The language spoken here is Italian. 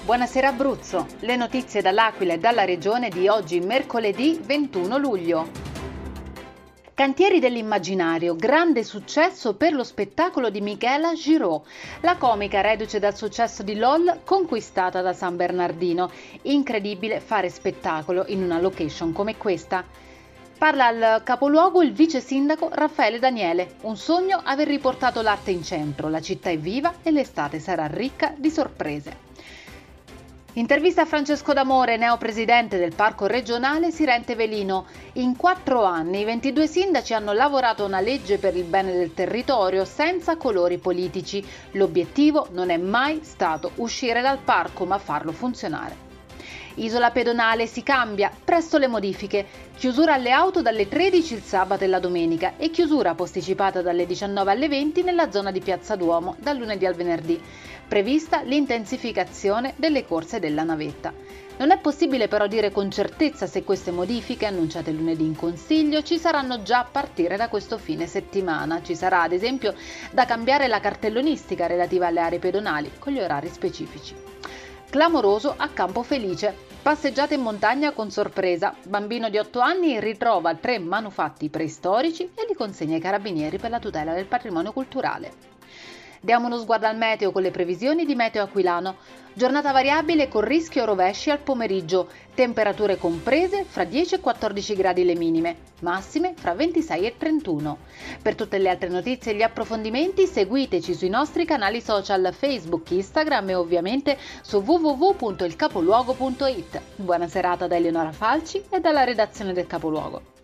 Buonasera Abruzzo, le notizie dall'Aquila e dalla regione di oggi mercoledì 21 luglio. Cantieri dell'immaginario, grande successo per lo spettacolo di Michela Giraud. La comica, reduce dal successo di LOL, conquistata da San Bernardino. Incredibile fare spettacolo in una location come questa. Parla al capoluogo il vice sindaco Raffaele Daniele. Un sogno aver riportato l'arte in centro, la città è viva e l'estate sarà ricca di sorprese. Intervista a Francesco D'Amore, neopresidente del Parco Regionale Sirente Velino. In 4 anni i 22 sindaci hanno lavorato a una legge per il bene del territorio senza colori politici. L'obiettivo non è mai stato uscire dal parco, ma farlo funzionare. Isola pedonale si cambia, presto le modifiche. Chiusura alle auto dalle 13 il sabato e la domenica e chiusura posticipata dalle 19 alle 20 nella zona di Piazza Duomo dal lunedì al venerdì. Prevista l'intensificazione delle corse della navetta. Non è possibile però dire con certezza se queste modifiche, annunciate lunedì in Consiglio, ci saranno già a partire da questo fine settimana. Ci sarà ad esempio da cambiare la cartellonistica relativa alle aree pedonali con gli orari specifici. Clamoroso a Campofelice. Passeggiata in montagna con sorpresa. Bambino di 8 anni ritrova 3 manufatti preistorici e li consegna ai carabinieri per la tutela del patrimonio culturale. Diamo uno sguardo al meteo con le previsioni di Meteo Aquilano. Giornata variabile con rischio rovesci al pomeriggio. Temperature comprese fra 10 e 14 gradi le minime, massime fra 26 e 31. Per tutte le altre notizie e gli approfondimenti seguiteci sui nostri canali social Facebook, Instagram e ovviamente su www.ilcapoluogo.it. Buona serata da Eleonora Falci e dalla redazione del Capoluogo.